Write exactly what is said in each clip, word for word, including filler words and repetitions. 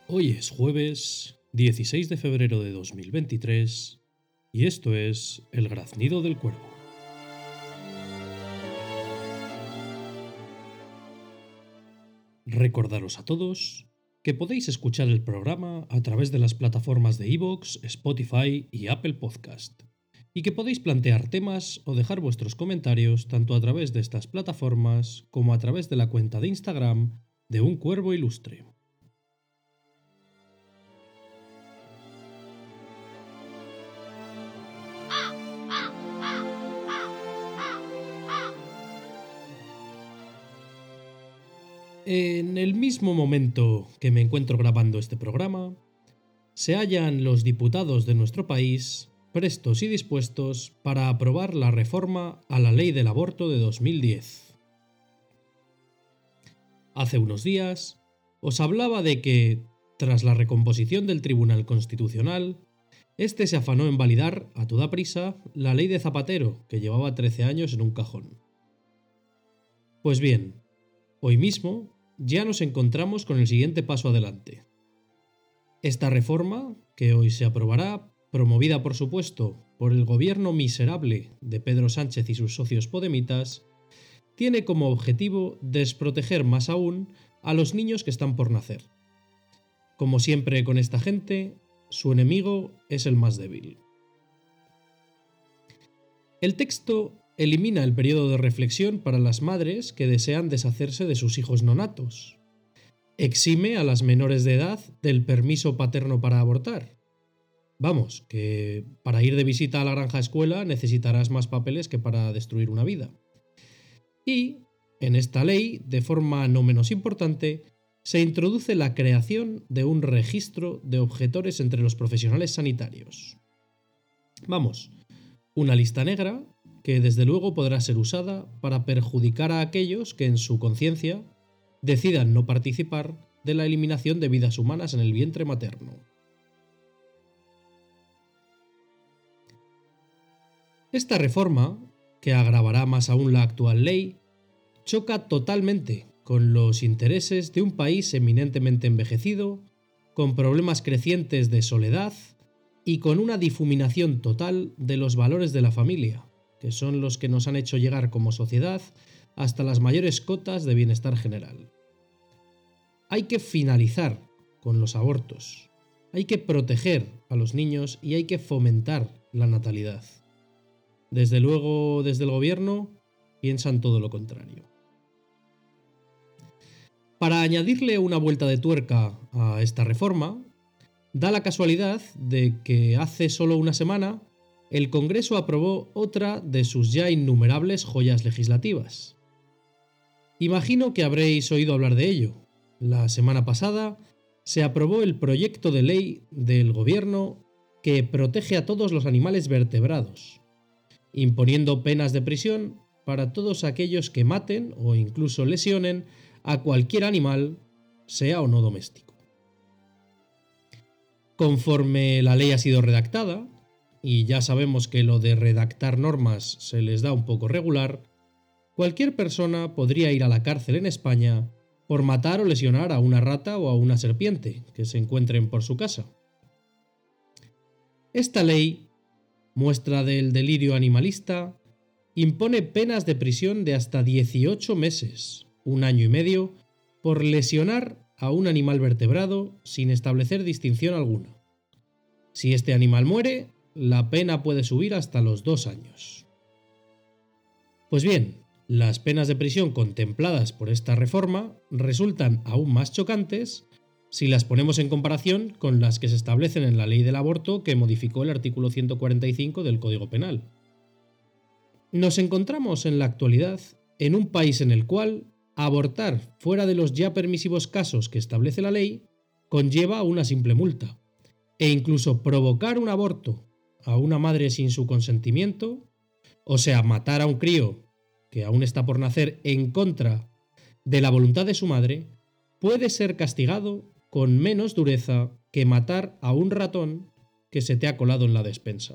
Hoy es jueves dieciséis de febrero de dos mil veintitrés y esto es El Graznido del Cuervo. Recordaros a todos que podéis escuchar el programa a través de las plataformas de iVoox, Spotify y Apple Podcast, y que podéis plantear temas o dejar vuestros comentarios tanto a través de estas plataformas como a través de la cuenta de Instagram de Un Cuervo Ilustre. En el mismo momento que me encuentro grabando este programa, se hallan los diputados de nuestro país prestos y dispuestos para aprobar la reforma a la Ley del Aborto de dos mil diez. Hace unos días os hablaba de que, tras la recomposición del Tribunal Constitucional, este se afanó en validar a toda prisa la Ley de Zapatero, que llevaba trece años en un cajón. Pues bien, hoy mismo ya nos encontramos con el siguiente paso adelante. Esta reforma, que hoy se aprobará, promovida por supuesto por el gobierno miserable de Pedro Sánchez y sus socios podemitas, tiene como objetivo desproteger más aún a los niños que están por nacer. Como siempre con esta gente, su enemigo es el más débil. El texto elimina el periodo de reflexión para las madres que desean deshacerse de sus hijos nonatos. Exime a las menores de edad del permiso paterno para abortar. Vamos, que para ir de visita a la granja escuela necesitarás más papeles que para destruir una vida. Y, en esta ley, de forma no menos importante, se introduce la creación de un registro de objetores entre los profesionales sanitarios. Vamos, una lista negra que desde luego podrá ser usada para perjudicar a aquellos que en su conciencia decidan no participar de la eliminación de vidas humanas en el vientre materno. Esta reforma, que agravará más aún la actual ley, choca totalmente con los intereses de un país eminentemente envejecido, con problemas crecientes de soledad y con una difuminación total de los valores de la familia, que son los que nos han hecho llegar como sociedad hasta las mayores cotas de bienestar general. Hay que finalizar con los abortos, hay que proteger a los niños y hay que fomentar la natalidad. Desde luego, desde el gobierno, piensan todo lo contrario. Para añadirle una vuelta de tuerca a esta reforma, da la casualidad de que hace solo una semana el Congreso aprobó otra de sus ya innumerables joyas legislativas. Imagino que habréis oído hablar de ello. La semana pasada se aprobó el proyecto de ley del Gobierno que protege a todos los animales vertebrados, imponiendo penas de prisión para todos aquellos que maten o incluso lesionen a cualquier animal, sea o no doméstico. Conforme la ley ha sido redactada, y ya sabemos que lo de redactar normas se les da un poco regular, cualquier persona podría ir a la cárcel en España por matar o lesionar a una rata o a una serpiente que se encuentren por su casa. Esta ley, muestra del delirio animalista, impone penas de prisión de hasta dieciocho meses, un año y medio, por lesionar a un animal vertebrado sin establecer distinción alguna. Si este animal muere, la pena puede subir hasta los dos años. Pues bien, las penas de prisión contempladas por esta reforma resultan aún más chocantes si las ponemos en comparación con las que se establecen en la ley del aborto que modificó el artículo ciento cuarenta y cinco del Código Penal. Nos encontramos en la actualidad en un país en el cual abortar fuera de los ya permisivos casos que establece la ley conlleva una simple multa, e incluso provocar un aborto a una madre sin su consentimiento, o sea, matar a un crío que aún está por nacer en contra de la voluntad de su madre, puede ser castigado con menos dureza que matar a un ratón que se te ha colado en la despensa.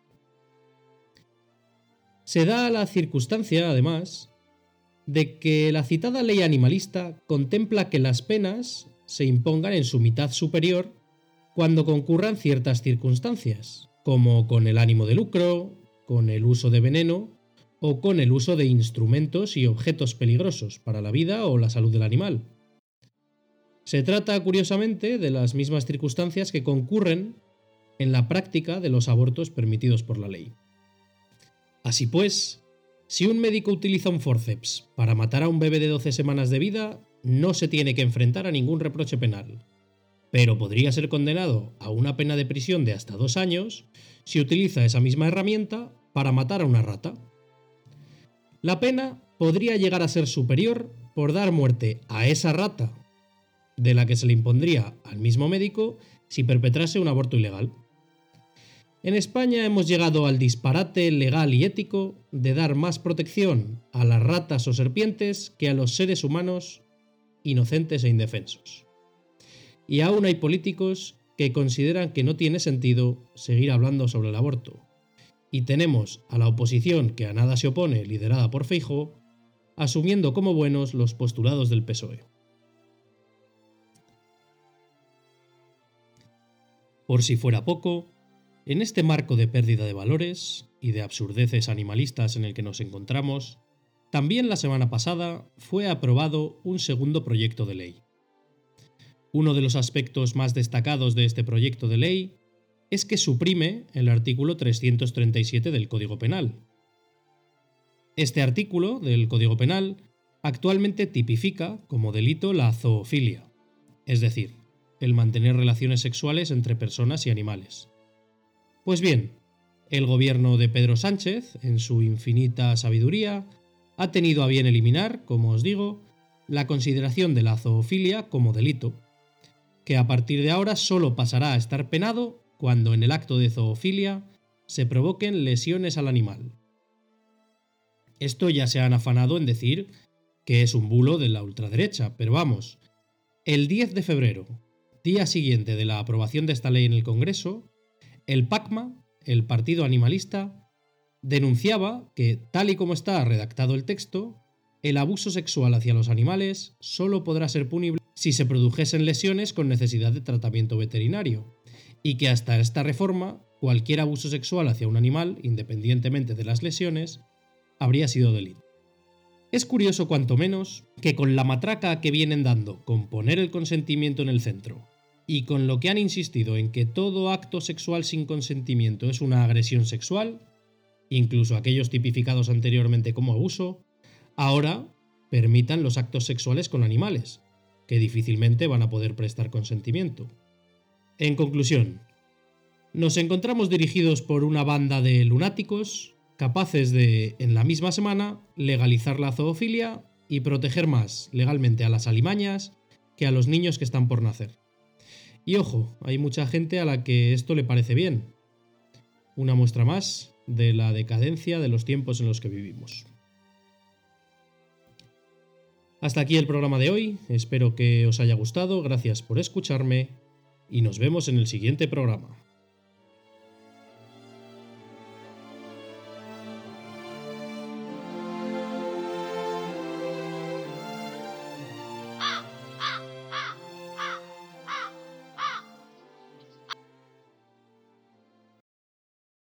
Se da la circunstancia, además, de que la citada ley animalista contempla que las penas se impongan en su mitad superior cuando concurran ciertas circunstancias, como con el ánimo de lucro, con el uso de veneno o con el uso de instrumentos y objetos peligrosos para la vida o la salud del animal. Se trata, curiosamente, de las mismas circunstancias que concurren en la práctica de los abortos permitidos por la ley. Así pues, si un médico utiliza un fórceps para matar a un bebé de doce semanas de vida, no se tiene que enfrentar a ningún reproche penal, pero podría ser condenado a una pena de prisión de hasta dos años si utiliza esa misma herramienta para matar a una rata. La pena podría llegar a ser superior por dar muerte a esa rata, de la que se le impondría al mismo médico si perpetrase un aborto ilegal. En España hemos llegado al disparate legal y ético de dar más protección a las ratas o serpientes que a los seres humanos inocentes e indefensos. Y aún hay políticos que consideran que no tiene sentido seguir hablando sobre el aborto. Y tenemos a la oposición que a nada se opone, liderada por Feijóo, asumiendo como buenos los postulados del P S O E. Por si fuera poco, en este marco de pérdida de valores y de absurdeces animalistas en el que nos encontramos, también la semana pasada fue aprobado un segundo proyecto de ley. Uno de los aspectos más destacados de este proyecto de ley es que suprime el artículo trescientos treinta y siete del Código Penal. Este artículo del Código Penal actualmente tipifica como delito la zoofilia, es decir, el mantener relaciones sexuales entre personas y animales. Pues bien, el gobierno de Pedro Sánchez, en su infinita sabiduría, ha tenido a bien eliminar, como os digo, la consideración de la zoofilia como delito, que a partir de ahora solo pasará a estar penado cuando en el acto de zoofilia se provoquen lesiones al animal. Esto ya se han afanado en decir que es un bulo de la ultraderecha, pero vamos, el diez de febrero, día siguiente de la aprobación de esta ley en el Congreso, el PACMA, el Partido Animalista, denunciaba que, tal y como está redactado el texto, el abuso sexual hacia los animales solo podrá ser punible si se produjesen lesiones con necesidad de tratamiento veterinario, y que hasta esta reforma, cualquier abuso sexual hacia un animal, independientemente de las lesiones, habría sido delito. Es curioso cuanto menos que con la matraca que vienen dando con poner el consentimiento en el centro, y con lo que han insistido en que todo acto sexual sin consentimiento es una agresión sexual, incluso aquellos tipificados anteriormente como abuso, ahora permitan los actos sexuales con animales, que difícilmente van a poder prestar consentimiento. En conclusión, nos encontramos dirigidos por una banda de lunáticos capaces de, en la misma semana, legalizar la zoofilia y proteger más legalmente a las alimañas que a los niños que están por nacer. Y ojo, hay mucha gente a la que esto le parece bien. Una muestra más de la decadencia de los tiempos en los que vivimos. Hasta aquí el programa de hoy, espero que os haya gustado, gracias por escucharme y nos vemos en el siguiente programa.